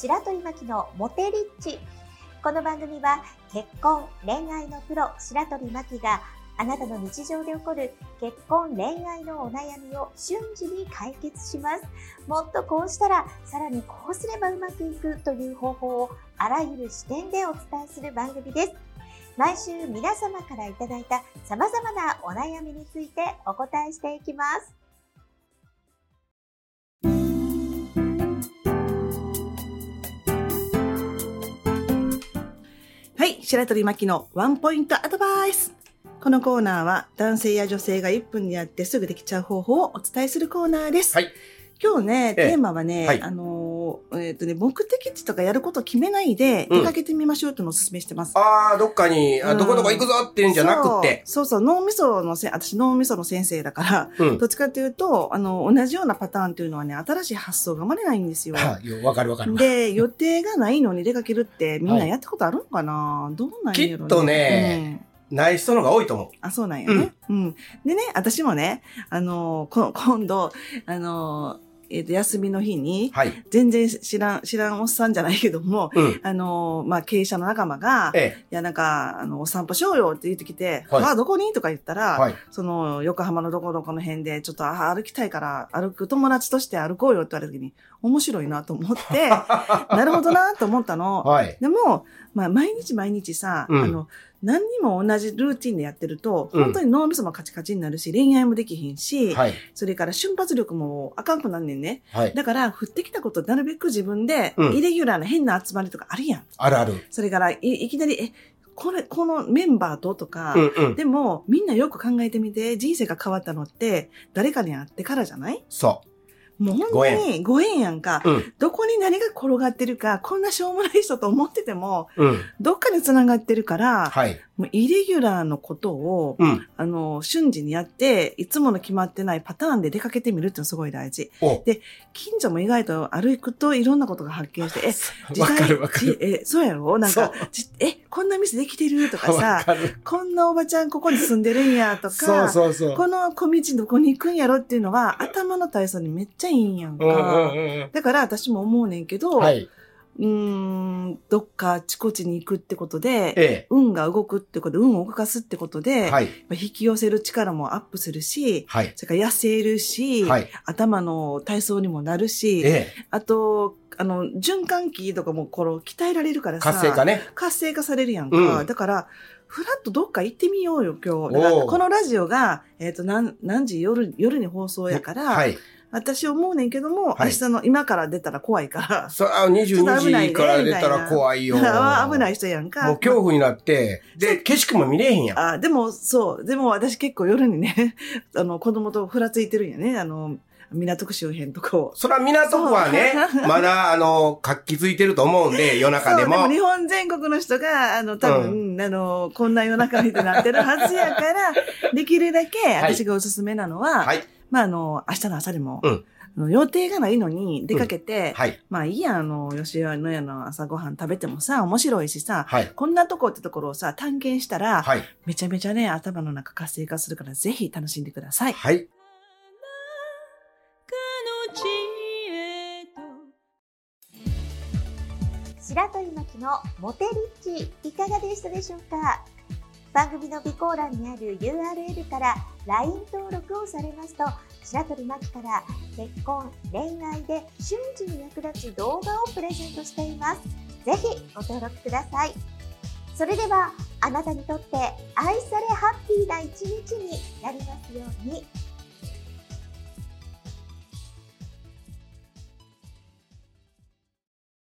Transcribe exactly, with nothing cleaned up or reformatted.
白鳥真希のモテリッチ。この番組は結婚恋愛のプロ白鳥真希があなたの日常で起こる結婚恋愛のお悩みを瞬時に解決します。もっとこうしたらさらにこうすればうまくいくという方法をあらゆる視点でお伝えする番組です。毎週皆様からいただいた様々なお悩みについてお答えしていきます。 はい、白鳥真希のワンポイントアドバイス。このコーナーは男性や女性がいっぷんにやってすぐできちゃう方法をお伝えするコーナーです。 はい。 今日ね、 ええテーマはね、 はいあのー、えっとね、目的地とかやることを決めないで出かけてみましょうというのをお勧めしてます。 ああ、どっかに、あうんどこどこ行くぞっていうんじゃなくって。 そうそうそう、脳みそのせ、私脳みその先生だから、 うん。 どっちかというと、あの、同じようなパターンっていうのはね、新しい発想が生まれないんですよ。 あよわかるわかる。 で、予定がないのに出かけるってみんなやったことあるのかな、どうなんやろね。 きっとね、ない人のが多いと思う。 あ、そうなんやね。うん。でね、私もね、あの、こ今度、あの、えっと、休みの日に、 はい。 全然知らん、知らんおっさんじゃないけども、 うん。 あの、まあ、経営者の仲間が、 えいや、なんか、あの、お散歩しようよって言ってきて、 はいああ、どこにとか言ったえ。 ら、 はい。 その、横浜のどこどこの辺で、ちょっと、あ歩きたいから、歩く友達として歩こうよって言われた時に、面白いなと思って、なるほどなと思ったの。 はい。 でも、まあ、毎日毎日さ、 うんあの、何にも同じルーティンでやってると、 うん本当に脳みそもカチカチになるし、恋愛もできひんし、 はい。 それから瞬発力もあかんくなんねんね。 はい。 だから、降ってきたことなるべく自分で、 うんイレギュラーな変な集まりとかあるやん。 あるある。 それからい、いきなり、え、これ、このメンバーととか、 うんうん。 でも、みんなよく考えてみて、人生が変わったのって、誰かに会ってからじゃない？ そもう本当にご縁やんか。 う。うん。 どこに何が転がってるか、こんなしょうもない人と思ってても、 うん。 どっかに繋がってるから、 はい。 もうイレギュラーのことを、 うん。 あの、瞬時にやって、いつもの決まってないパターンで出かけてみるっていうのすごい大事。 お。 近所も意外と歩くといろんなことが発見して、え、 わかるわかる。 じえ、そうやろなんかそう、 じえ、こんな店できてるとかわさ、 かる。 こんなおばちゃんここに住んでるんやとか、 そうそうそう。 この小道どこに行くんやろっていうのは、頭の体操にめっちゃいいんやんか。 うんうんうんだから私も思うねんけど、 うん。はい。 うーん、どっかあちこちに行くってことで、 え運が動くってことで、運を動かすってことえ。 で、 はい。 引き寄せる力もアップするし、 はい。 それから痩せるし、 はい。 頭の体操にもなるし、 えあと、あの、循環器とかもこの鍛えられるからえ。 さ、 活性化ね。 活性化されるやんか。 うんだから、ふらっとどっか行ってみようよ、今日。だからおうこのラジオが、えっ、と、何、何時夜、夜に放送やから、 はい。 私思うねんけども、 はい明日の今から出たら怖いから、 そあ、にじゅうにじから出たら怖いよ。 危ない人やんか。 もう恐怖になって、で、景色も見れへんやん。 あ、でも、そう。でも私結構夜にね、あの、子供とふらついてるんやね。あの、港区周辺とかを。 そら港区はね、まだ、あの、活気づいてると思うんで、夜中でも。 そう、でも日本全国の人が、あの、多分、あの、こんな夜中にってなってるはずやから、できるだけ、 はい私がおすすめなのは、 はい。 まあ、あの、明日の朝でも、 うんあの予定がないのに出かけて、 はい。 まあいいやん、あの、吉野家の朝ごはん食べてもさ、面白いしさ、 はい。 こんなとこってところをさ、探検したら、 はい。 めちゃめちゃね、頭の中活性化するから、ぜひ楽しんでください。 はい。 白鳥真希のモテリッチいかがでしたでしょうか。番組の備考欄にある ユーアールエル から ライン 登録をされますと、白鳥真希から結婚、恋愛で瞬時に役立つ動画をプレゼントしています。ぜひご登録ください。それではあなたにとって愛されハッピーな一日になりますように。